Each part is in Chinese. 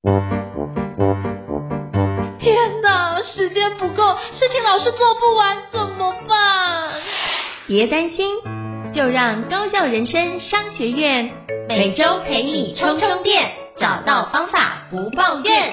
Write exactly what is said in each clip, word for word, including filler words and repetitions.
天哪，时间不够，事情老是做不完，怎么办？ 别担心，就让高效人生商学院每周陪你充充电，找到方法不抱怨。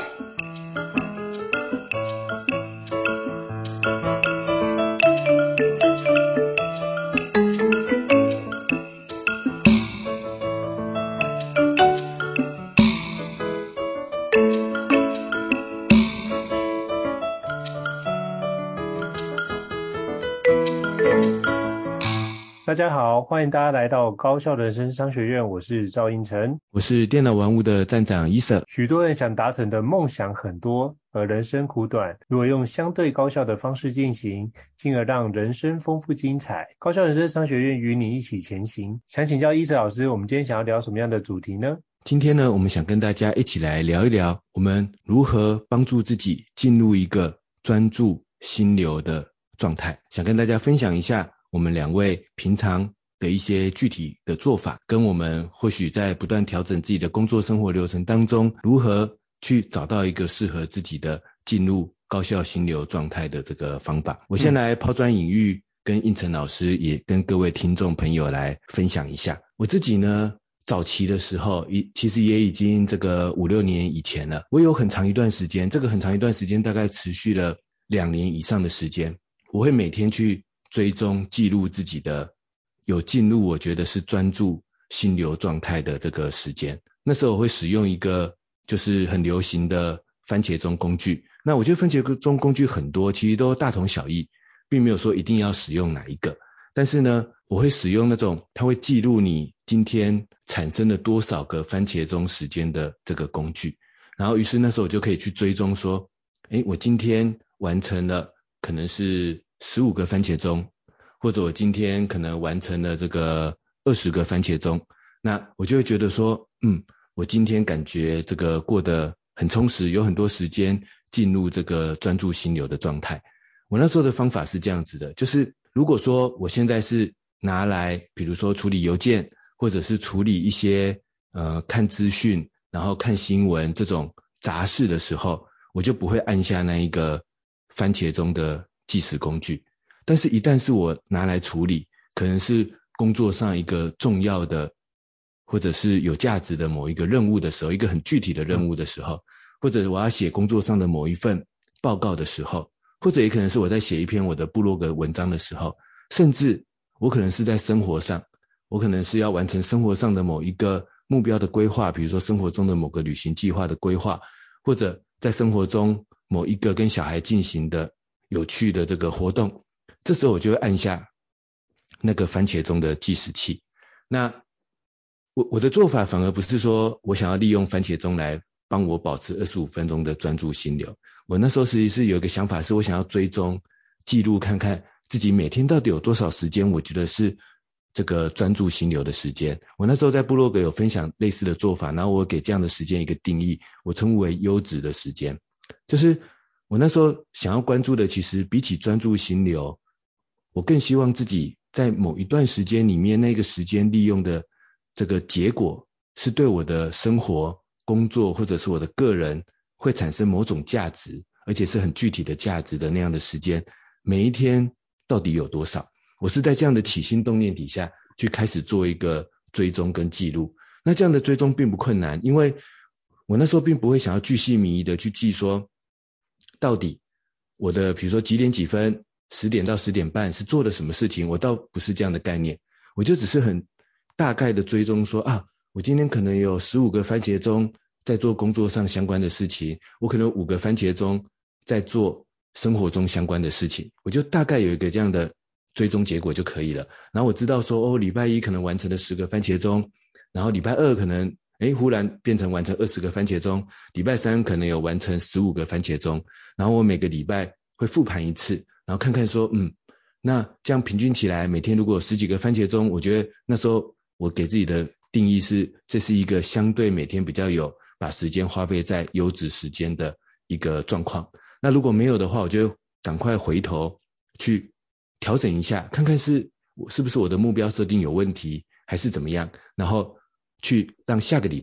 大家好，欢迎大家来到高效人生商学院，我是赵英成， 我是电脑玩物的站长伊瑟。 许多人想达成的梦想很多，而人生苦短，如果用相对高效的方式进行，进而让人生丰富精彩。高效人生商学院与你一起前行。想请教伊瑟老师，我们今天想要聊什么样的主题呢？ 今天呢，我们想跟大家一起来聊一聊，我们如何帮助自己进入一个专注心流的状态。想跟大家分享一下我们两位平常的一些具体的做法，跟我们或许在不断调整自己的工作生活流程当中，如何去找到一个适合自己的进入高效心流状态的这个方法。我先来抛砖引玉，跟应成老师也跟各位听众朋友来分享一下。我自己呢，早期的时候其实也已经这个五六年以前了，我有很长一段时间，这个很长一段时间大概持续了两年以上的时间，我会每天去追踪记录自己的有进入我觉得是专注心流状态的这个时间。那时候我会使用一个就是很流行的番茄钟工具，那我觉得番茄钟工具很多，其实都大同小异，并没有说一定要使用哪一个，但是呢我会使用那种它会记录你今天产生了多少个番茄钟时间的这个工具，然后于是那时候我就可以去追踪说，诶，我今天完成了可能是十五个番茄钟，或者我今天可能完成了这个二十个番茄钟，那我就会觉得说，嗯，我今天感觉这个过得很充实，有很多时间进入这个专注心流的状态。我那时候的方法是这样子的，就是如果说我现在是拿来比如说处理邮件，或者是处理一些呃看资讯，然后看新闻这种杂事的时候，我就不会按下那一个番茄钟的计时工具。但是一旦是我拿来处理，可能是工作上一个重要的或者是有价值的某一个任务的时候，一个很具体的任务的时候，或者我要写工作上的某一份报告的时候，或者也可能是我在写一篇我的部落格文章的时候，甚至我可能是在生活上，我可能是要完成生活上的某一个目标的规划，比如说生活中的某个旅行计划的规划，或者在生活中某一个跟小孩进行的有趣的这个活动，这时候我就会按下那个番茄钟的计时器。那我我的做法反而不是说我想要利用番茄钟来帮我保持二十五分钟的专注心流，我那时候实际是有一个想法，是我想要追踪记录看看自己每天到底有多少时间我觉得是这个专注心流的时间。我那时候在部落格有分享类似的做法，然后我给这样的时间一个定义，我称为优质的时间。就是我那时候想要关注的，其实比起专注心流，我更希望自己在某一段时间里面，那个时间利用的这个结果是对我的生活、工作或者是我的个人会产生某种价值，而且是很具体的价值的那样的时间，每一天到底有多少？我是在这样的起心动念底下去开始做一个追踪跟记录。那这样的追踪并不困难，因为我那时候并不会想要巨细靡遗的去记说到底我的比如说几点几分十点到十点半是做了什么事情，我倒不是这样的概念，我就只是很大概的追踪说啊，我今天可能有十五个番茄钟在做工作上相关的事情，我可能五个番茄钟在做生活中相关的事情，我就大概有一个这样的追踪结果就可以了。然后我知道说哦，礼拜一可能完成了十个番茄钟，然后礼拜二可能诶忽然变成完成二十个番茄钟，礼拜三可能有完成十五个番茄钟，然后我每个礼拜会复盘一次，然后看看说嗯，那这样平均起来每天如果有十几个番茄钟，我觉得那时候我给自己的定义是这是一个相对每天比较有把时间花费在优质时间的一个状况。那如果没有的话，我就赶快回头去调整一下，看看是是不是我的目标设定有问题还是怎么样，然后去让下个礼拜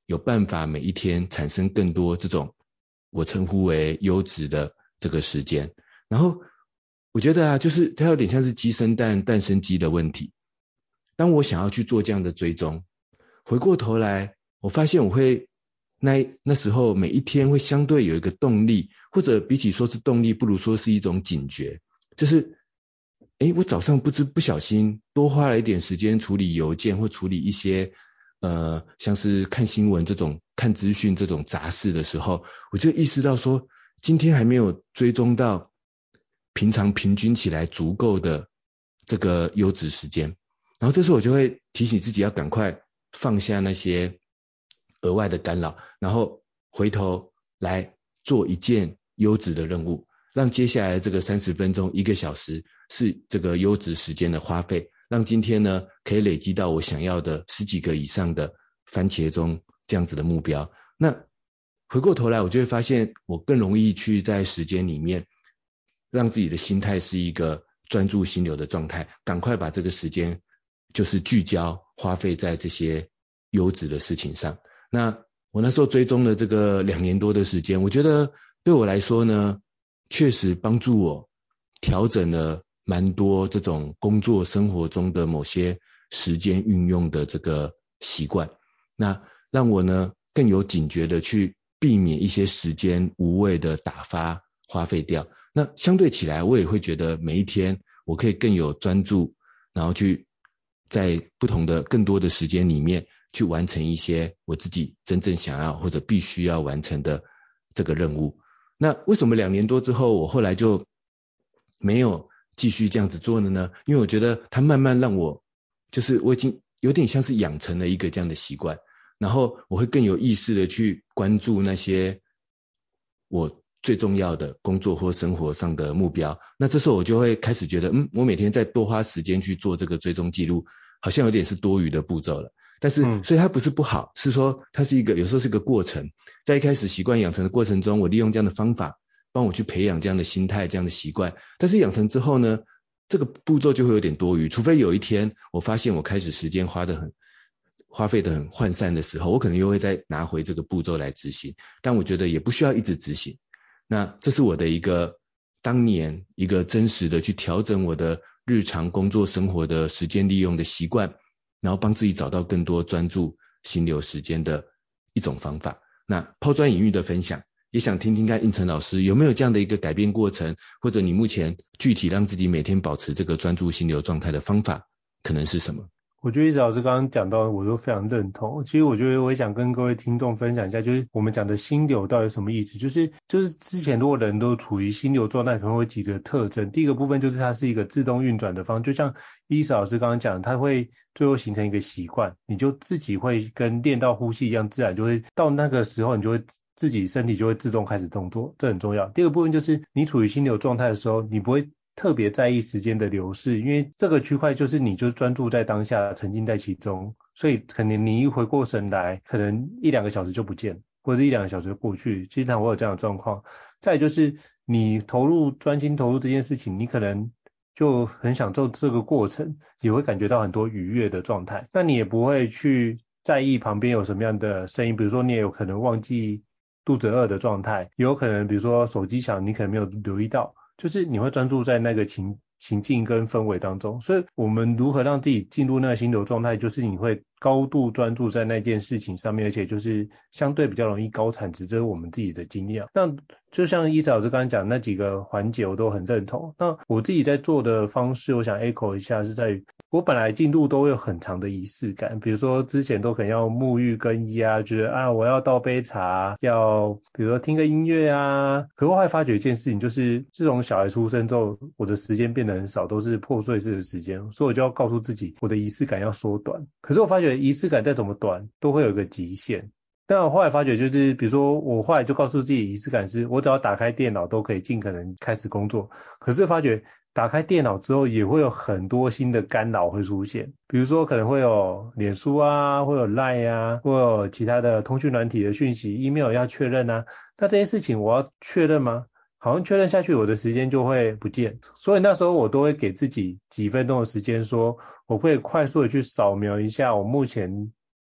有办法每一天产生更多这种我称呼为优质的这个时间。然后我觉得啊，就是它有点像是鸡生蛋蛋生鸡的问题。当我想要去做这样的追踪，回过头来我发现我会那那时候每一天会相对有一个动力，或者比起说是动力，不如说是一种警觉，就是诶我早上不知不小心多花了一点时间处理邮件或处理一些呃像是看新闻这种看资讯这种杂事的时候，我就意识到说今天还没有追踪到平常平均起来足够的这个优质时间。然后这时候我就会提醒自己要赶快放下那些额外的干扰，然后回头来做一件优质的任务，让接下来这个三十分钟一个小时是这个优质时间的花费，让今天呢可以累积到我想要的十几个以上的番茄钟这样子的目标。那回过头来我就会发现我更容易去在时间里面让自己的心态是一个专注心流的状态，赶快把这个时间就是聚焦花费在这些优质的事情上。那我那时候追踪了这个两年多的时间，我觉得对我来说呢，确实帮助我调整了蛮多这种工作生活中的某些时间运用的这个习惯，那让我呢更有警觉的去避免一些时间无谓的打发花费掉。那相对起来我也会觉得每一天我可以更有专注，然后去在不同的更多的时间里面去完成一些我自己真正想要或者必须要完成的这个任务。那为什么两年多之后我后来就没有继续这样子做了呢？因为我觉得它慢慢让我就是我已经有点像是养成了一个这样的习惯，然后我会更有意识的去关注那些我最重要的工作或生活上的目标。那这时候我就会开始觉得嗯，我每天再多花时间去做这个追踪记录好像有点是多余的步骤了。但是所以它不是不好，是说它是一个有时候是个过程，在一开始习惯养成的过程中，我利用这样的方法帮我去培养这样的心态这样的习惯，但是养成之后呢，这个步骤就会有点多余，除非有一天我发现我开始时间花得很花费得很涣散的时候，我可能又会再拿回这个步骤来执行，但我觉得也不需要一直执行。那这是我的一个当年一个真实的去调整我的日常工作生活的时间利用的习惯，然后帮自己找到更多专注心流时间的一种方法。那抛砖引玉的分享，也想听听看应成老师有没有这样的一个改变过程，或者你目前具体让自己每天保持这个专注心流状态的方法可能是什么？ 我觉得一直老师刚刚讲到我都非常认同。其实我觉得我也想跟各位听众分享一下，就是我们讲的心流到底什么意思。就是就是之前如果人都处于心流状态，可能会几个特征。第一个部分就是它是一个自动运转的方，就像伊斯老师刚刚讲，它会最后形成一个习惯，你就自己会跟练到呼吸一样，自然就会到那个时候你就会自己身体就会自动开始动作，这很重要。第二个部分就是你处于心流状态的时候，你不会特别在意时间的流逝，因为这个区块就是你就专注在当下，沉浸在其中，所以可能你一回过神来，可能一两个小时就不见，或者一两个小时就过去，经常我有这样的状况。再来就是你投入专心投入这件事情，你可能就很享受这个过程，也会感觉到很多愉悦的状态，那你也不会去在意旁边有什么样的声音，比如说你也有可能忘记肚子饿的状态，也有可能比如说手机响你可能没有留意到，就是你会专注在那个情情境跟氛围当中。所以我们如何让自己进入那个心流状态，就是你会高度专注在那件事情上面，而且就是相对比较容易高产值，这是我们自己的经验。那就像伊嫂老师刚才讲那几个环节我都很认同。那我自己在做的方式，我想 echo 一下，是在于我本来进度都有很长的仪式感，比如说之前都可能要沐浴更衣啊，觉得啊我要倒杯茶，要比如说听个音乐啊。可是我还发觉一件事情，就是自从小孩出生之后，我的时间变得很少，都是破碎式的时间，所以我就要告诉自己，我的仪式感要缩短。可是我发觉仪式感再怎么短，都会有一个极限。但我后来发觉，就是比如说我后来就告诉自己，仪式感是我只要打开电脑都可以尽可能开始工作。可是发觉打开电脑之后也会有很多新的干扰会出现，比如说可能会有脸书啊，会有 Line 啊，会有其他的通讯软体的讯息 email 要确认啊。那这些事情我要确认吗？好像确认下去我的时间就会不见，所以那时候我都会给自己几分钟的时间，说我会快速的去扫描一下我目前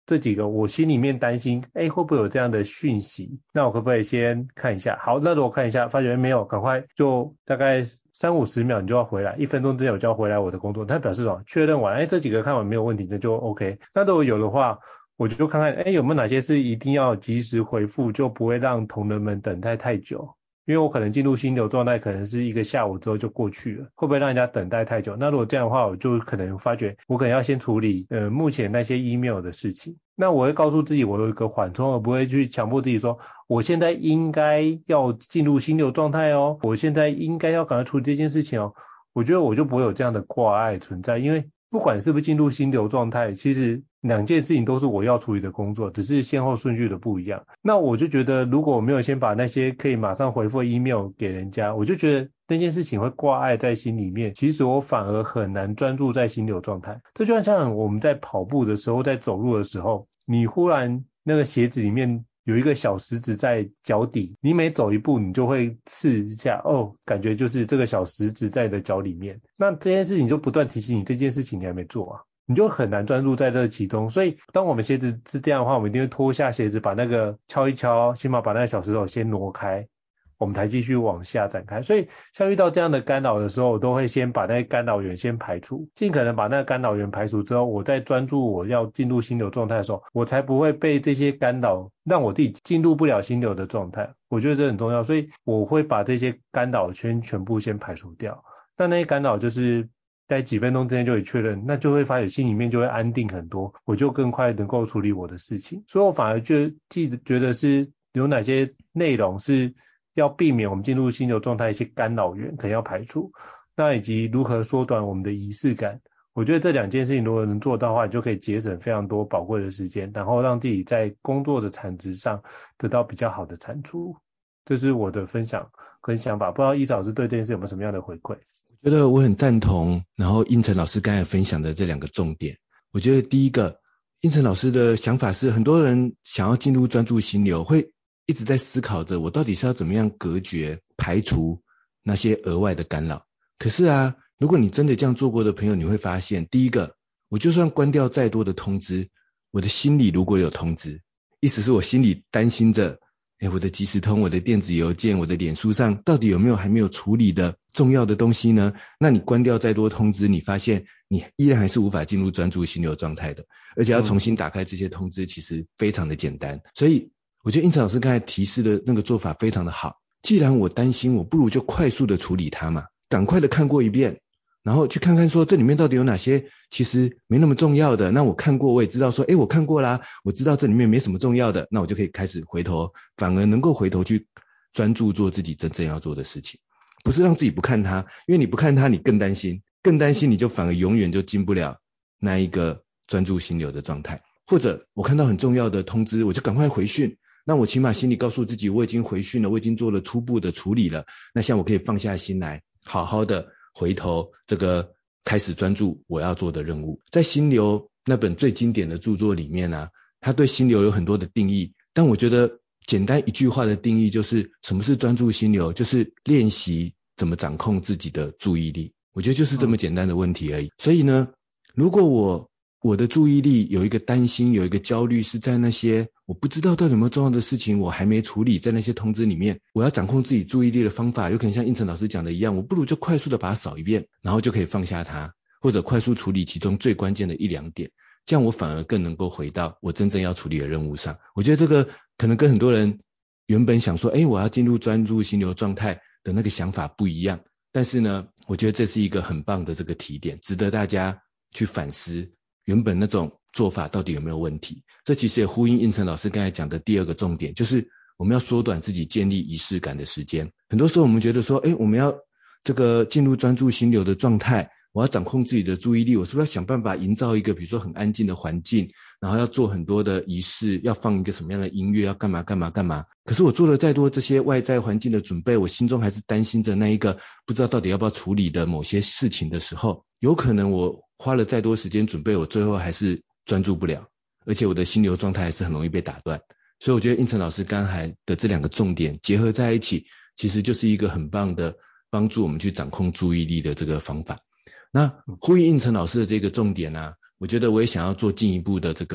这几个我心里面担心，哎，会不会有这样的讯息？那我可不可以先看一下？好，那如果看一下发觉没有，赶快就大概三五十秒你就要回来，一分钟之内我就要回来我的工作。他表示什么？确认完，哎，这几个看完没有问题，那就 OK。那如果有的话，我就看看，哎，有没有哪些是一定要及时回复，就不会让同仁们等待太久。因为我可能进入心流状态，可能是一个下午之后就过去了，会不会让人家等待太久？那如果这样的话，我就可能发觉我可能要先处理呃目前那些 email 的事情。那我会告诉自己我有一个缓冲，而不会去强迫自己说我现在应该要进入心流状态哦，我现在应该要赶快处理这件事情哦。我觉得我就不会有这样的挂碍存在，因为不管是不是进入心流状态，其实两件事情都是我要处理的工作，只是先后顺序的不一样。那我就觉得如果我没有先把那些可以马上回复 email 给人家，我就觉得那件事情会挂碍在心里面，其实我反而很难专注在心流状态。这就像我们在跑步的时候，在走路的时候，你忽然那个鞋子里面有一个小石子在脚底，你每走一步你就会刺一下，哦，感觉就是这个小石子在你的脚里面。那这件事情就不断提醒你这件事情你还没做啊，你就很难专注在这其中。所以当我们鞋子是这样的话，我们一定会脱下鞋子，把那个敲一敲，起码把那个小石头先挪开，我们才继续往下展开。所以像遇到这样的干扰的时候，我都会先把那个干扰源先排除，尽可能把那个干扰源排除之后，我再专注我要进入心流状态的时候，我才不会被这些干扰让我自己进入不了心流的状态。我觉得这很重要，所以我会把这些干扰圈全部先排除掉。那那些干扰就是在几分钟之内就可以确认，那就会发现心里面就会安定很多，我就更快能够处理我的事情。所以我反而就记得觉得是有哪些内容是要避免我们进入心流状态一些干扰源可能要排除，那以及如何缩短我们的仪式感。我觉得这两件事情如果能做到的话，你就可以节省非常多宝贵的时间，然后让自己在工作的产值上得到比较好的产出。这是我的分享跟想法，不知道伊老师对这件事有没有什么样的回馈？ 我觉得我很赞同，然后应成老师刚才分享的这两个重点。我觉得第一个，应成老师的想法是，很多人想要进入专注心流，会一直在思考着我到底是要怎么样隔绝、排除那些额外的干扰。可是啊，如果你真的这样做过的朋友，你会发现，第一个，我就算关掉再多的通知，我的心里如果有通知，意思是我心里担心着，哎，我的即时通、我的电子邮件、我的脸书上到底有没有还没有处理的重要的东西呢？那你关掉再多通知，你发现你依然还是无法进入专注心流状态的，而且要重新打开这些通知，其实非常的简单。所以我觉得应成老师刚才提示的那个做法非常的好。既然我担心，我不如就快速的处理它嘛，赶快的看过一遍，然后去看看说这里面到底有哪些其实没那么重要的。那我看过，我也知道说，诶，我看过啦，我知道这里面没什么重要的，那我就可以开始回头，反而能够回头去专注做自己真正要做的事情，不是让自己不看它，因为你不看它，你更担心，更担心你就反而永远就进不了那一个专注心流的状态。或者我看到很重要的通知，我就赶快回讯，那我起码心里告诉自己，我已经回讯了，我已经做了初步的处理了，那像我可以放下心来，好好的回头这个开始专注我要做的任务。在心流那本最经典的著作里面啊，他对心流有很多的定义，但我觉得简单一句话的定义就是什么是专注心流，就是练习怎么掌控自己的注意力。我觉得就是这么简单的问题而已。嗯、所以呢，如果我我的注意力有一个担心，有一个焦虑是在那些我不知道到底有没有重要的事情我还没处理，在那些通知里面，我要掌控自己注意力的方法有可能像应成老师讲的一样，我不如就快速的把它扫一遍，然后就可以放下它，或者快速处理其中最关键的一两点，这样我反而更能够回到我真正要处理的任务上。我觉得这个可能跟很多人原本想说，诶，我要进入专注心流状态的那个想法不一样，但是呢，我觉得这是一个很棒的这个提点，值得大家去反思原本那种做法到底有没有问题。这其实也呼应应成老师刚才讲的第二个重点，就是我们要缩短自己建立仪式感的时间。很多时候我们觉得说，诶，我们要这个进入专注心流的状态，我要掌控自己的注意力，我是不是要想办法营造一个比如说很安静的环境，然后要做很多的仪式，要放一个什么样的音乐，要干嘛干嘛干嘛。可是我做了再多这些外在环境的准备，我心中还是担心着那一个不知道到底要不要处理的某些事情的时候，有可能我花了再多时间准备，我最后还是专注不了，而且我的心流状态还是很容易被打断。所以我觉得应成老师刚才的这两个重点结合在一起，其实就是一个很棒的帮助我们去掌控注意力的这个方法。那呼应应成老师的这个重点呢、啊，我觉得我也想要做进一步的这个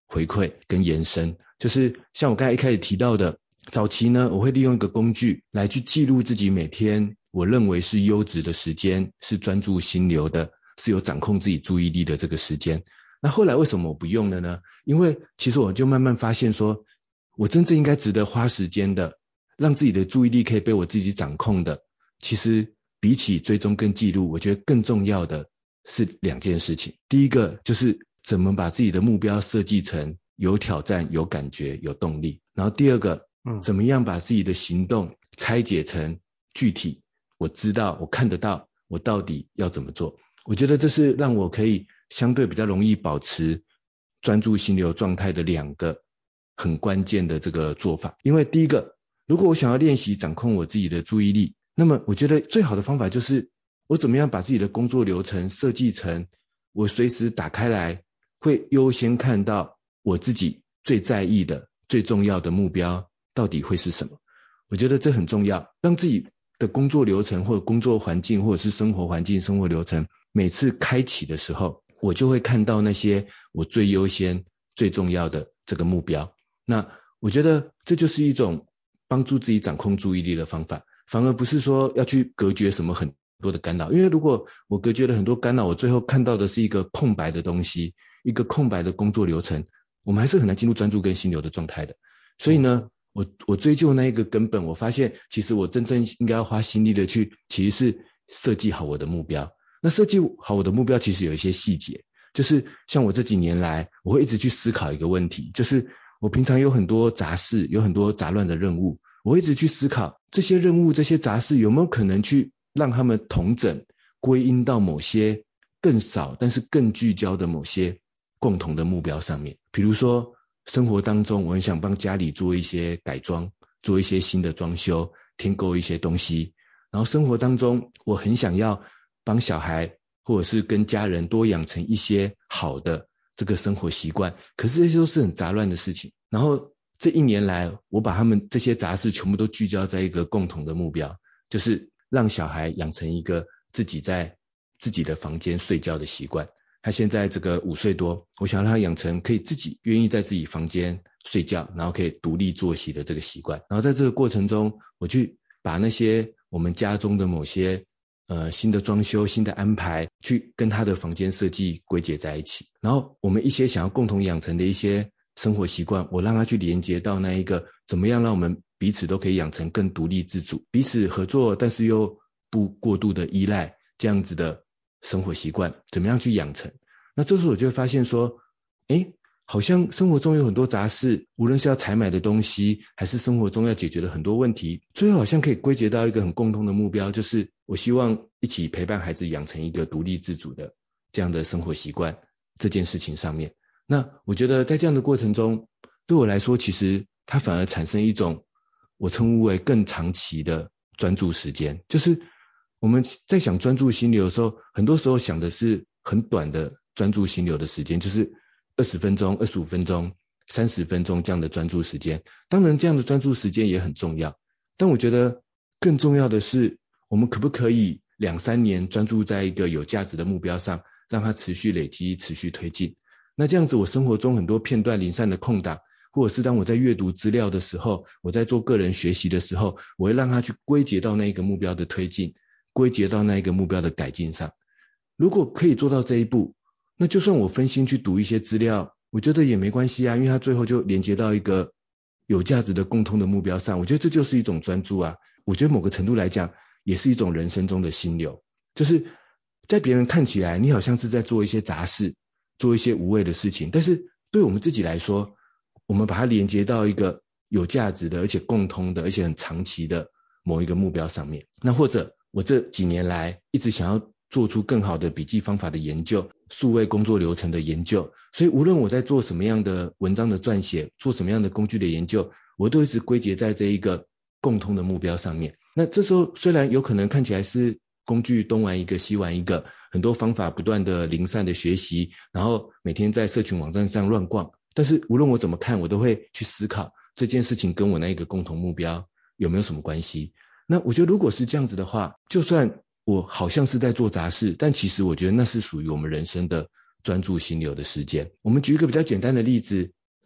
回馈跟延伸。就是像我刚才一开始提到的，早期呢我会利用一个工具来去记录自己每天我认为是优质的时间，是专注心流的，是有掌控自己注意力的这个时间。那后来为什么我不用了呢？因为其实我就慢慢发现说，我真正应该值得花时间的，让自己的注意力可以被我自己掌控的，其实比起追踪跟记录，我觉得更重要的是两件事情。第一个就是怎么把自己的目标设计成有挑战、有感觉、有动力。然后第二个，嗯，怎么样把自己的行动拆解成具体，我知道，我看得到，我到底要怎么做。我觉得这是让我可以相对比较容易保持专注心流状态的两个很关键的这个做法。因为第一个，如果我想要练习掌控我自己的注意力，那么我觉得最好的方法就是我怎么样把自己的工作流程设计成我随时打开来会优先看到我自己最在意的最重要的目标到底会是什么。我觉得这很重要，让自己的工作流程或者工作环境或者是生活环境生活流程每次开启的时候，我就会看到那些我最优先最重要的这个目标。那我觉得这就是一种帮助自己掌控注意力的方法，反而不是说要去隔绝什么很多的干扰。因为如果我隔绝了很多干扰，我最后看到的是一个空白的东西，一个空白的工作流程，我们还是很难进入专注跟心流的状态的。所以呢，我我追究那一个根本，我发现其实我真正应该要花心力的去，其实是设计好我的目标。那设计好我的目标其实有一些细节，就是像我这几年来，我会一直去思考一个问题，就是我平常有很多杂事，有很多杂乱的任务，我会一直去思考这些任务这些杂事有没有可能去让他们统整归因到某些更少但是更聚焦的某些共同的目标上面。比如说生活当中我很想帮家里做一些改装，做一些新的装修，添购一些东西，然后生活当中我很想要帮小孩或者是跟家人多养成一些好的这个生活习惯，可是这些都是很杂乱的事情。然后这一年来我把他们这些杂事全部都聚焦在一个共同的目标，就是让小孩养成一个自己在自己的房间睡觉的习惯。他现在这个五岁多，我想让他养成可以自己愿意在自己房间睡觉，然后可以独立作息的这个习惯。然后在这个过程中，我去把那些我们家中的某些呃新的装修、新的安排，去跟他的房间设计归结在一起。然后我们一些想要共同养成的一些生活习惯，我让他去连接到那一个怎么样让我们彼此都可以养成更独立自主，彼此合作但是又不过度的依赖这样子的生活习惯，怎么样去养成。那这时候我就会发现说，诶，好像生活中有很多杂事，无论是要采买的东西，还是生活中要解决的很多问题，最后好像可以归结到一个很共同的目标，就是我希望一起陪伴孩子养成一个独立自主的这样的生活习惯这件事情上面。那我觉得在这样的过程中，对我来说其实它反而产生一种我称呼为更长期的专注时间。就是我们在想专注心流的时候，很多时候想的是很短的专注心流的时间，就是二十分钟、二十五分钟、三十分钟这样的专注时间。当然这样的专注时间也很重要，但我觉得更重要的是我们可不可以两三年专注在一个有价值的目标上，让它持续累积、持续推进。那这样子我生活中很多片段零散的空档，或者是当我在阅读资料的时候，我在做个人学习的时候，我会让它去归结到那一个目标的推进，归结到那一个目标的改进上。如果可以做到这一步，那就算我分心去读一些资料，我觉得也没关系啊，因为它最后就连接到一个有价值的共通的目标上。我觉得这就是一种专注啊。我觉得某个程度来讲也是一种人生中的心流，就是在别人看起来你好像是在做一些杂事，做一些无谓的事情，但是对我们自己来说，我们把它连接到一个有价值的而且共通的而且很长期的某一个目标上面。那或者我这几年来一直想要做出更好的笔记方法的研究，数位工作流程的研究，所以无论我在做什么样的文章的撰写，做什么样的工具的研究，我都一直归结在这一个共通的目标上面。那这时候虽然有可能看起来是工具东玩一个西玩一个，很多方法不断的零散的学习，然后每天在社群网站上乱逛，但是无论我怎么看，我都会去思考这件事情跟我那一个共同目标有没有什么关系。那我觉得如果是这样子的话，就算我好像是在做杂事，但其实我觉得那是属于我们人生的专注心流的时间。我们举一个比较简单的例子，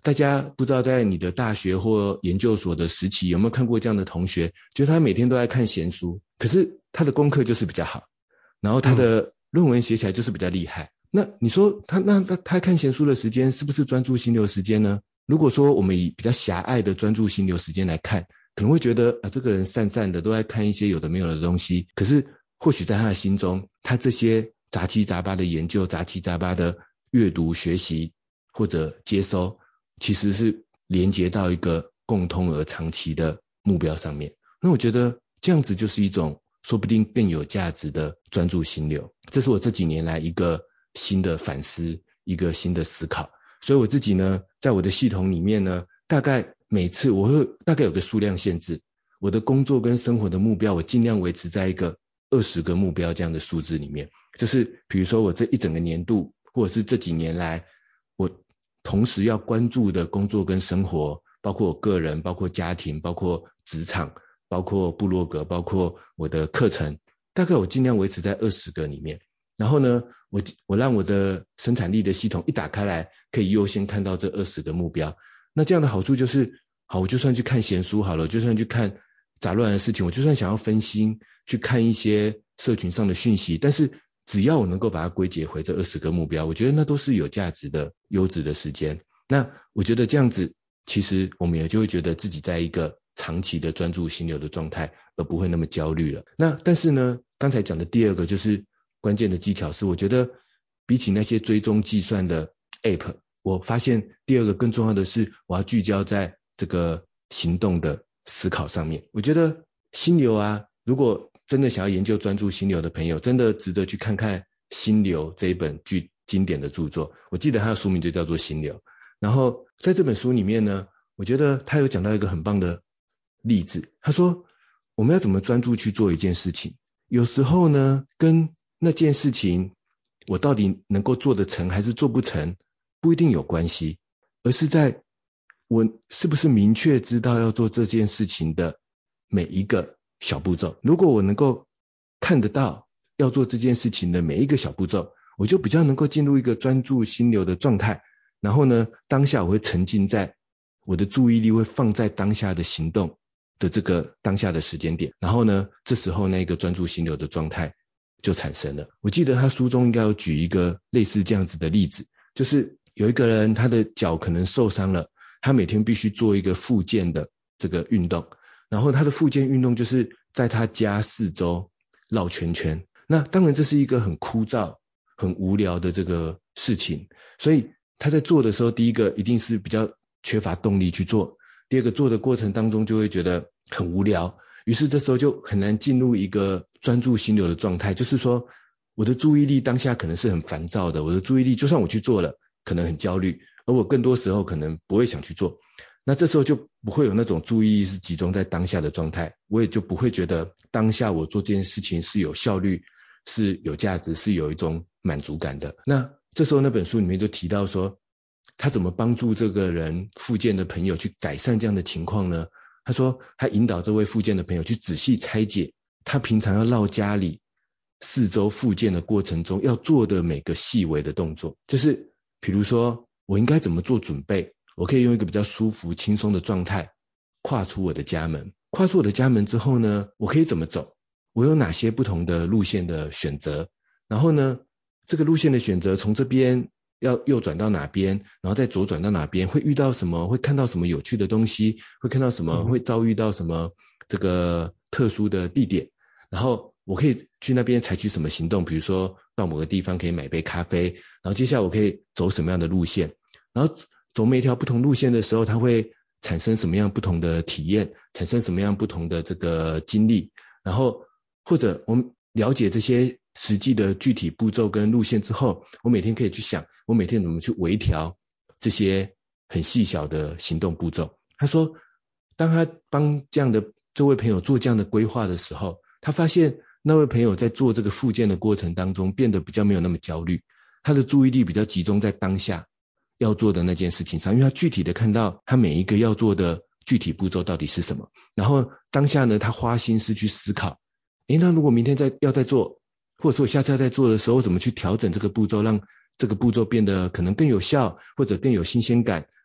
大家不知道在你的大学或研究所的时期有没有看过这样的同学，觉得他每天都在看闲书，可是他的功课就是比较好，然后他的论文写起来就是比较厉害。嗯、那你说他那他他看闲书的时间是不是专注心流时间呢？如果说我们以比较狭隘的专注心流时间来看，可能会觉得啊，这个人散散的都在看一些有的没有的东西，可是或许在他的心中，他这些杂七杂八的研究、杂七杂八的阅读、学习或者接收，其实是连接到一个共通而长期的目标上面。那我觉得这样子就是一种说不定更有价值的专注心流，这是我这几年来一个新的反思，一个新的思考。所以我自己呢，在我的系统里面呢，大概每次我会大概有个数量限制，我的工作跟生活的目标我尽量维持在一个二十个目标这样的数字里面，就是比如说我这一整个年度或者是这几年来我同时要关注的工作跟生活，包括我个人，包括家庭，包括职场，包括部落格，包括我的课程，大概我尽量维持在二十个里面。然后呢，我我让我的生产力的系统一打开来，可以优先看到这二十个目标。那这样的好处就是，好，我就算去看闲书好了，就算去看杂乱的事情，我就算想要分心去看一些社群上的讯息，但是只要我能够把它归结回这二十个目标，我觉得那都是有价值的、优质的时间。那我觉得这样子，其实我们也就会觉得自己在一个长期的专注心流的状态，而不会那么焦虑了。那但是呢，刚才讲的第二个就是关键的技巧是，我觉得比起那些追踪计算的 App， 我发现第二个更重要的是，我要聚焦在这个行动的思考上面。我觉得心流啊，如果真的想要研究专注心流的朋友，真的值得去看看《心流》这一本具经典的著作。我记得它的书名就叫做《心流》。然后在这本书里面呢，我觉得他有讲到一个很棒的例子。他说，我们要怎么专注去做一件事情？有时候呢，跟那件事情我到底能够做得成还是做不成，不一定有关系，而是在我是不是明确知道要做这件事情的每一个小步骤。如果我能够看得到要做这件事情的每一个小步骤，我就比较能够进入一个专注心流的状态。然后呢，当下我会沉浸在我的注意力会放在当下的行动的这个当下的时间点，然后呢，这时候那个专注心流的状态就产生了。我记得他书中应该有举一个类似这样子的例子，就是有一个人他的脚可能受伤了，他每天必须做一个复健的这个运动，然后他的复健运动就是在他家四周绕圈圈。那当然这是一个很枯燥很无聊的这个事情，所以他在做的时候，第一个一定是比较缺乏动力去做，第二个做的过程当中就会觉得很无聊，于是这时候就很难进入一个专注心流的状态，就是说我的注意力当下可能是很烦躁的，我的注意力就算我去做了可能很焦虑，而我更多时候可能不会想去做，那这时候就不会有那种注意力是集中在当下的状态，我也就不会觉得当下我做这件事情是有效率，是有价值，是有一种满足感的。那这时候那本书里面就提到说，他怎么帮助这个人复健的朋友去改善这样的情况呢？他说他引导这位复健的朋友去仔细拆解他平常要绕家里四周复健的过程中要做的每个细微的动作，就是比如说我应该怎么做准备，我可以用一个比较舒服轻松的状态跨出我的家门，跨出我的家门之后呢，我可以怎么走，我有哪些不同的路线的选择，然后呢这个路线的选择从这边要右转到哪边，然后再左转到哪边，会遇到什么，会看到什么有趣的东西，会看到什么，会遭遇到什么这个特殊的地点，然后我可以去那边采取什么行动，比如说到某个地方可以买杯咖啡，然后接下来我可以走什么样的路线，然后走每一条不同路线的时候，它会产生什么样不同的体验，产生什么样不同的这个经历，然后或者我们了解这些实际的具体步骤跟路线之后，我每天可以去想我每天怎么去微调这些很细小的行动步骤。他说当他帮这样的这位朋友做这样的规划的时候，他发现那位朋友在做这个复健的过程当中变得比较没有那么焦虑，他的注意力比较集中在当下要做的那件事情上，因为他具体的看到他每一个要做的具体步骤到底是什么，然后当下呢他花心思去思考，诶，那如果明天再要再做，或者说我下次要再做的时候，怎么去调整这个步骤，让这个步骤变得可能更有效，或者更有新鲜感，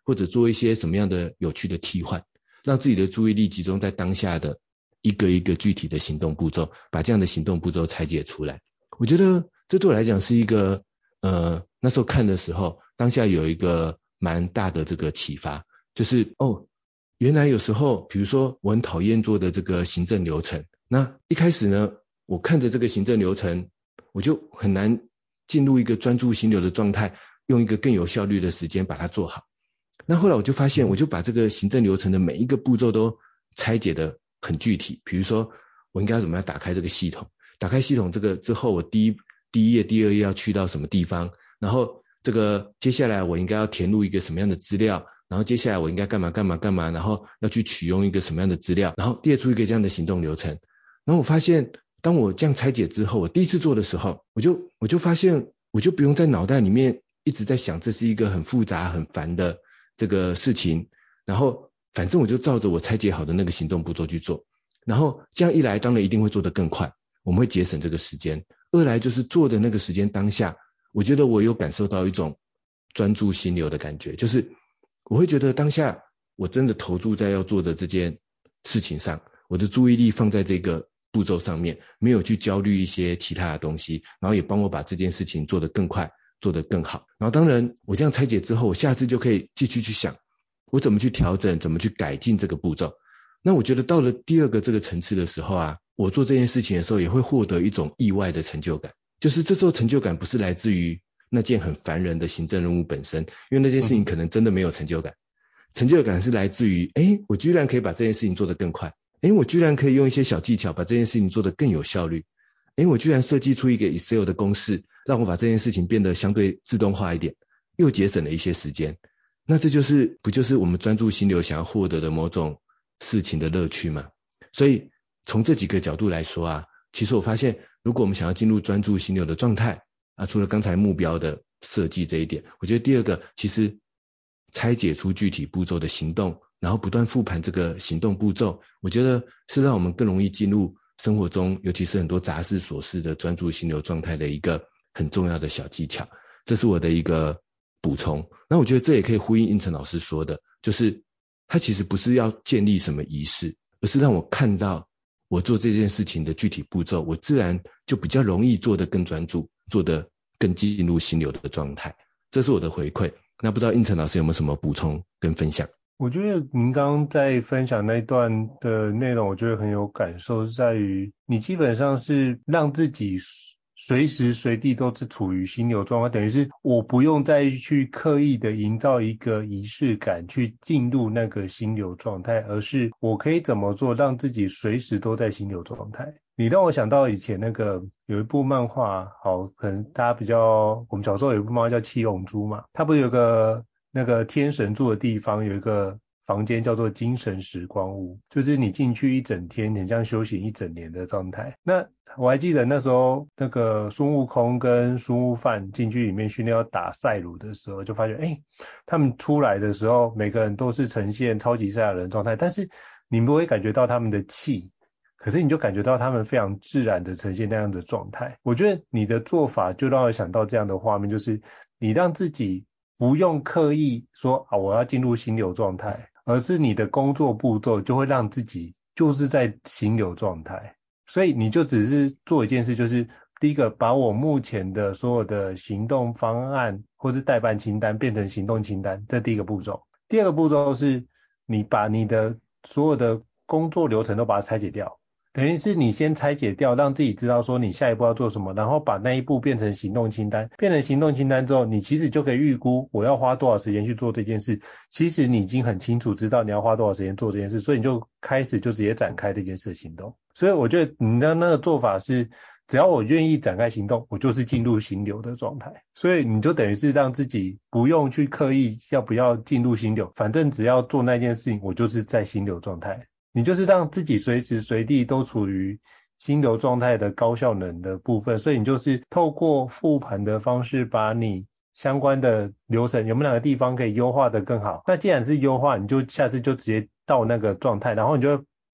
或者做一些什么样的有趣的替换，让自己的注意力集中在当下的一个一个具体的行动步骤，把这样的行动步骤拆解出来。我觉得这对我来讲是一个呃那时候看的时候，当下有一个蛮大的这个启发，就是哦，原来有时候比如说我很讨厌做的这个行政流程，那一开始呢，我看着这个行政流程，我就很难进入一个专注心流的状态，用一个更有效率的时间把它做好。那后来我就发现，我就把这个行政流程的每一个步骤都拆解的很具体，比如说我应该怎么样打开这个系统，打开系统这个之后，我第一第一页第二页要去到什么地方，然后这个接下来我应该要填入一个什么样的资料，然后接下来我应该干嘛干嘛干嘛，然后要去取用一个什么样的资料，然后列出一个这样的行动流程。然后我发现当我这样拆解之后，我第一次做的时候，我就我就发现我就不用在脑袋里面一直在想这是一个很复杂很烦的这个事情，然后反正我就照着我拆解好的那个行动步骤去做，然后这样一来当然一定会做得更快，我们会节省这个时间，二来就是做的那个时间当下，我觉得我有感受到一种专注心流的感觉，就是我会觉得当下我真的投注在要做的这件事情上，我的注意力放在这个步骤上面，没有去焦虑一些其他的东西，然后也帮我把这件事情做得更快，做得更好。然后当然我这样拆解之后，我下次就可以继续去想我怎么去调整，怎么去改进这个步骤。那我觉得到了第二个这个层次的时候啊，我做这件事情的时候也会获得一种意外的成就感，就是这时候成就感不是来自于那件很烦人的行政任务本身，因为那件事情可能真的没有成就感，成就感是来自于诶我居然可以把这件事情做得更快，诶我居然可以用一些小技巧把这件事情做得更有效率，诶我居然设计出一个 Excel 的公式，让我把这件事情变得相对自动化一点，又节省了一些时间。那这就是不就是我们专注心流想要获得的某种事情的乐趣吗？所以从这几个角度来说啊，其实我发现如果我们想要进入专注心流的状态啊，除了刚才目标的设计这一点，我觉得第二个其实拆解出具体步骤的行动，然后不断复盘这个行动步骤，我觉得是让我们更容易进入生活中尤其是很多杂事琐事的专注心流状态的一个很重要的小技巧，这是我的一个补充。那我觉得这也可以呼应应成老师说的，就是他其实不是要建立什么仪式，而是让我看到我做这件事情的具体步骤，我自然就比较容易做得更专注，做得更进入心流的状态，这是我的回馈。那不知道应成老师有没有什么补充跟分享？ 我觉得您刚刚在分享那一段的内容，我觉得很有感受，是在于你基本上是让自己随时随地都是处于心流状态，等于是我不用再去刻意的营造一个仪式感去进入那个心流状态，而是我可以怎么做让自己随时都在心流状态。你让我想到以前那个有一部漫画，好，可能大家比较，我们小时候有一部漫画叫七龙珠嘛，它不是有个那个天神住的地方有一个房间叫做精神时光屋，就是你进去一整天，很像修行一整年的状态。那我还记得那时候那个孙悟空跟孙悟饭进去里面训练要打赛鲁的时候，就发现哎，他们出来的时候每个人都是呈现超级赛亚人状态，但是你不会感觉到他们的气，可是你就感觉到他们非常自然的呈现那样的状态。我觉得你的做法就让我想到这样的画面，就是你让自己不用刻意说啊我要进入心流状态，而是你的工作步骤就会让自己就是在心流状态。所以你就只是做一件事，就是第一个把我目前的所有的行动方案或是待办清单变成行动清单，这第一个步骤。第二个步骤是你把你的所有的工作流程都把它拆解掉，等于是你先拆解掉，让自己知道说你下一步要做什么，然后把那一步变成行动清单，变成行动清单之后，你其实就可以预估我要花多少时间去做这件事。其实你已经很清楚知道你要花多少时间做这件事，所以你就开始就直接展开这件事的行动。所以我觉得你的那个做法是，只要我愿意展开行动，我就是进入心流的状态。所以你就等于是让自己不用去刻意要不要进入心流，反正只要做那件事情，我就是在心流状态。你就是让自己随时随地都处于心流状态的高效能的部分，所以你就是透过复盘的方式，把你相关的流程有没有哪个地方可以优化的更好。那既然是优化，你就下次就直接到那个状态，然后你就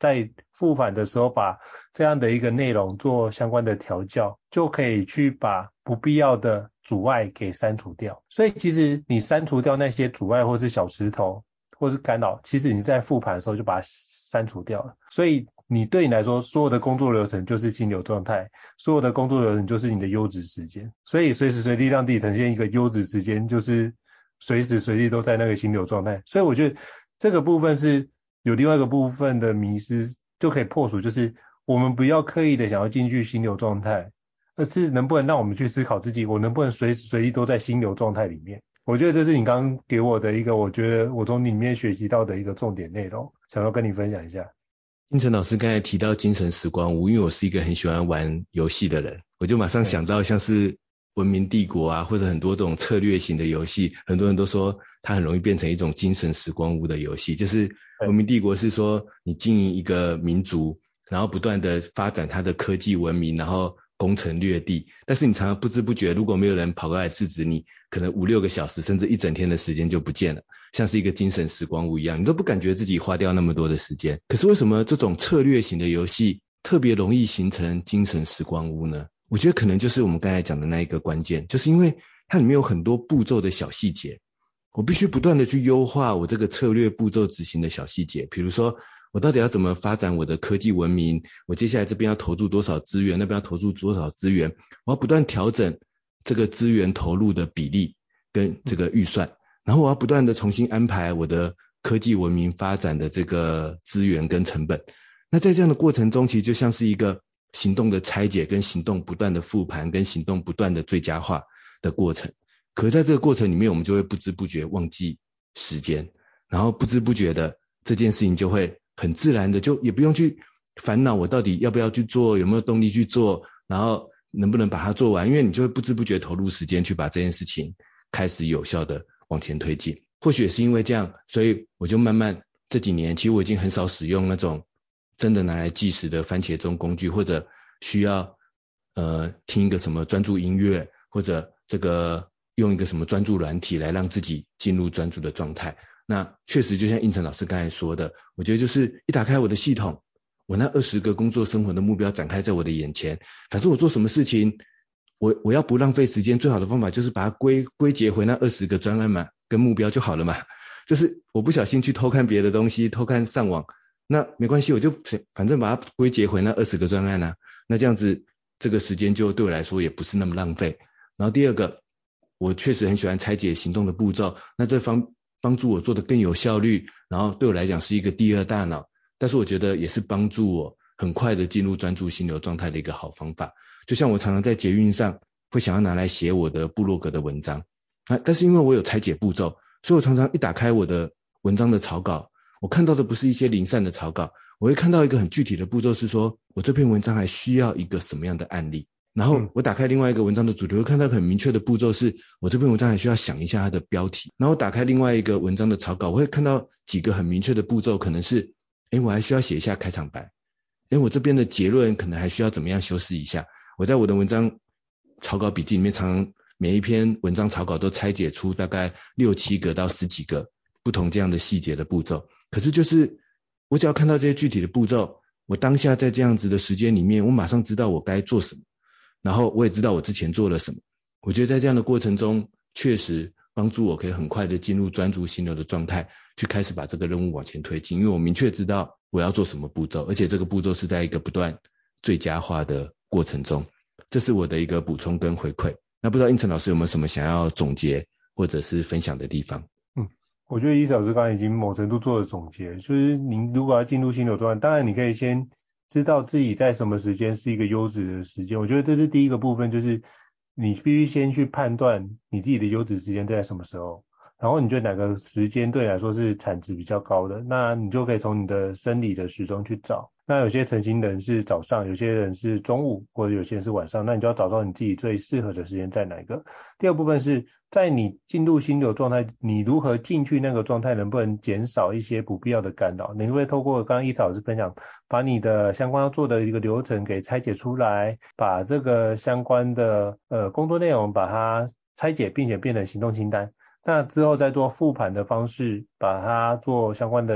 在复盘的时候把这样的一个内容做相关的调教，就可以去把不必要的阻碍给删除掉。所以其实你删除掉那些阻碍或是小石头或是干扰，其实你在复盘的时候就把它删除掉了。所以你对你来说，所有的工作流程就是心流状态，所有的工作流程就是你的优质时间。所以随时随地让自己呈现一个优质时间，就是随时随地都在那个心流状态。所以我觉得这个部分是有另外一个部分的迷思就可以破除，就是我们不要刻意的想要进去心流状态，而是能不能让我们去思考自己，我能不能随时随地都在心流状态里面。我觉得这是你刚刚给我的一个，我觉得我从里面学习到的一个重点内容，想要跟你分享一下。 应成老师刚才提到精神时光屋，因为我是一个很喜欢玩游戏的人，我就马上想到像是文明帝国啊，或者很多这种策略型的游戏，很多人都说它很容易变成一种精神时光屋的游戏。就是文明帝国是说你经营一个民族，然后不断的发展它的科技文明，然后攻城略地，但是你常常不知不觉，如果没有人跑过来制止你，可能五六个小时甚至一整天的时间就不见了，像是一个精神时光屋一样，你都不感觉自己花掉那么多的时间。可是为什么这种策略型的游戏特别容易形成精神时光屋呢？我觉得可能就是我们刚才讲的那一个关键，就是因为它里面有很多步骤的小细节，我必须不断的去优化我这个策略步骤执行的小细节。比如说我到底要怎么发展我的科技文明，我接下来这边要投入多少资源，那边要投入多少资源，我要不断调整这个资源投入的比例跟这个预算，然后我要不断的重新安排我的科技文明发展的这个资源跟成本。那在这样的过程中，其实就像是一个行动的拆解跟行动不断的复盘跟行动不断的最佳化的过程。可是在这个过程里面，我们就会不知不觉忘记时间，然后不知不觉的这件事情就会很自然的，就也不用去烦恼我到底要不要去做，有没有动力去做，然后能不能把它做完，因为你就会不知不觉投入时间去把这件事情开始有效的往前推进。或许也是因为这样，所以我就慢慢这几年，其实我已经很少使用那种真的拿来计时的番茄钟工具，或者需要呃听一个什么专注音乐，或者这个用一个什么专注软体来让自己进入专注的状态。那确实就像应成老师刚才说的，我觉得就是一打开我的系统，我那二十个工作生活的目标展开在我的眼前，反正我做什么事情，我我要不浪费时间，最好的方法就是把它归归结回那二十个专案嘛，跟目标就好了嘛。就是我不小心去偷看别的东西，偷看上网，那没关系，我就反正把它归结回那二十个专案啊，那这样子这个时间就对我来说也不是那么浪费。然后第二个，我确实很喜欢拆解行动的步骤，那这方帮助我做得更有效率，然后对我来讲是一个第二大脑，但是我觉得也是帮助我很快的进入专注心流状态的一个好方法。就像我常常在捷运上会想要拿来写我的部落格的文章，啊，但是因为我有拆解步骤，所以我常常一打开我的文章的草稿，我看到的不是一些零散的草稿，我会看到一个很具体的步骤，是说我这篇文章还需要一个什么样的案例。然后我打开另外一个文章的主题，会看到很明确的步骤，是我这篇文章还需要想一下它的标题。然后打开另外一个文章的草稿，我会看到几个很明确的步骤，可能是，诶，我还需要写一下开场白，诶，我这边的结论可能还需要怎么样修饰一下。我在我的文章草稿笔记里面，常常每一篇文章草稿都拆解出大概六七个到十几个不同这样的细节的步骤。可是就是我只要看到这些具体的步骤，我当下在这样子的时间里面，我马上知道我该做什么。然后我也知道我之前做了什么，我觉得在这样的过程中，确实帮助我可以很快的进入专注心流的状态，去开始把这个任务往前推进，因为我明确知道我要做什么步骤，而且这个步骤是在一个不断最佳化的过程中。这是我的一个补充跟回馈。那不知道应成老师有没有什么想要总结或者是分享的地方？ 嗯，我觉得伊老师刚才已经某程度做了总结，就是您如果要进入心流状态，当然你可以先知道自己在什么时间是一个优质的时间。我觉得这是第一个部分，就是你必须先去判断你自己的优质时间在什么时候，然后你觉得哪个时间对你来说是产值比较高的，那你就可以从你的生理的时钟去找。那有些成型人是早上，有些人是中午，或者有些人是晚上，那你就要找到你自己最适合的时间在哪一个。第二部分是在你进入心流状态，你如何进去那个状态，能不能减少一些不必要的干扰？你会不会透过刚刚伊草老师分享，把你的相关要做的一个流程给拆解出来，把这个相关的呃工作内容把它拆解，并且变成行动清单。那之后再做复盘的方式，把它做相关的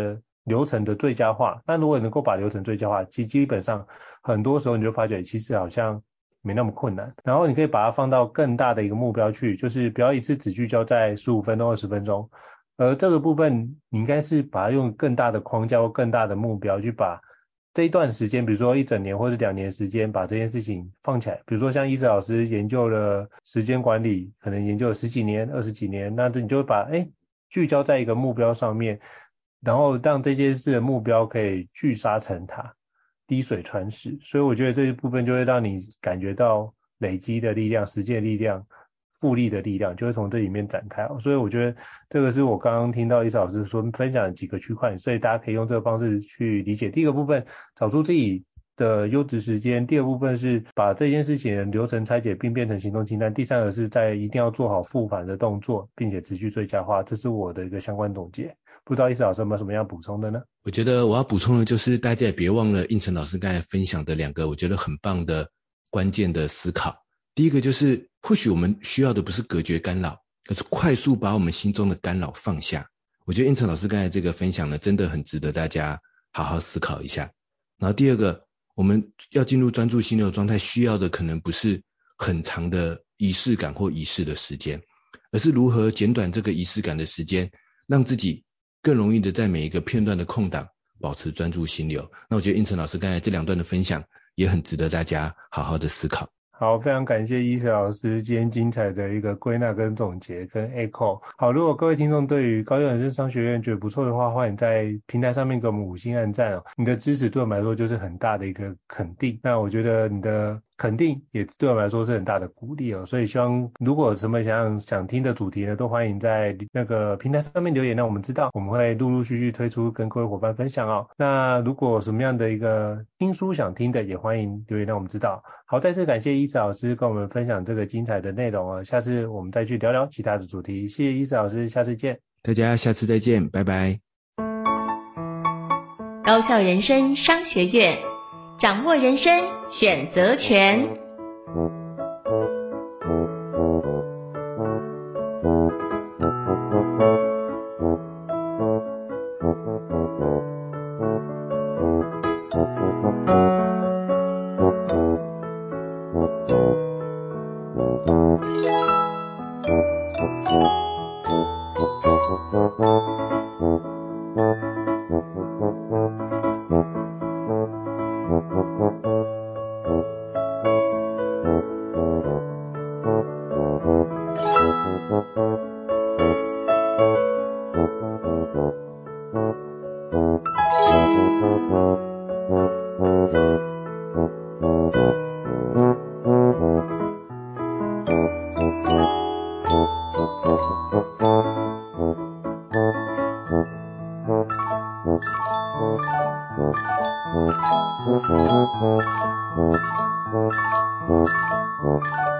流程的最佳化。那如果能够把流程最佳化，其实基本上很多时候你就发觉其实好像没那么困难。然后你可以把它放到更大的一个目标去，就是不要一次只聚焦在十五分钟、二十分钟，而这个部分你应该是把它用更大的框架或更大的目标去把这一段时间，比如说一整年或者两年时间，把这件事情放起来。比如说像伊哲老师研究了时间管理，可能研究了十几年、二十几年，那这你就会把哎聚焦在一个目标上面，然后让这件事的目标可以聚沙成塔，滴水穿石。所以我觉得这一部分就会让你感觉到累积的力量、实践的力量、复利的力量，就会从这里面展开哦。所以我觉得这个是我刚刚听到伊哲老师说分享的几个区块，所以大家可以用这个方式去理解。第一个部分，找出自己的优质时间；第二部分是把这件事情的流程拆解并变成行动清单；第三个是在一定要做好复盘的动作，并且持续最佳化。这是我的一个相关总结。不知道伊哲老师有没有什么要补充的呢？ 我觉得我要补充的就是大家也别忘了应成老师刚才分享的两个我觉得很棒的关键的思考。第一个就是或许我们需要的不是隔绝干扰，而是快速把我们心中的干扰放下。我觉得应成老师刚才这个分享呢，真的很值得大家好好思考一下。然后第二个，我们要进入专注心流状态，需要的可能不是很长的仪式感或仪式的时间，而是如何减短这个仪式感的时间，让自己更容易的在每一个片段的空档保持专注心流。那我觉得应成老师刚才这两段的分享也很值得大家好好的思考。 好，非常感谢伊哲老师今天精彩的一个归纳跟总结跟 echo。好，如果各位听众对于高效人生商学院觉得不错的话，欢迎在平台上面给我们五星按赞哦。你的支持对我们来说就是很大的一个肯定。那我觉得你的肯定也对我们来说是很大的鼓励哦。所以希望如果有什么想想听的主题呢，都欢迎在那个平台上面留言，让我们知道，我们会陆陆续续推出跟各位伙伴分享哦。那如果有什么样的一个新书想听的，也欢迎留言让我们知道。好，再次感谢伊哲老师跟我们分享这个精彩的内容哦，下次我们再去聊聊其他的主题。谢谢伊哲老师，下次见。 大家下次再见，拜拜。 高效人生商学院，掌握人生选择权。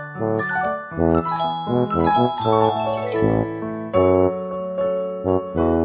Thank you.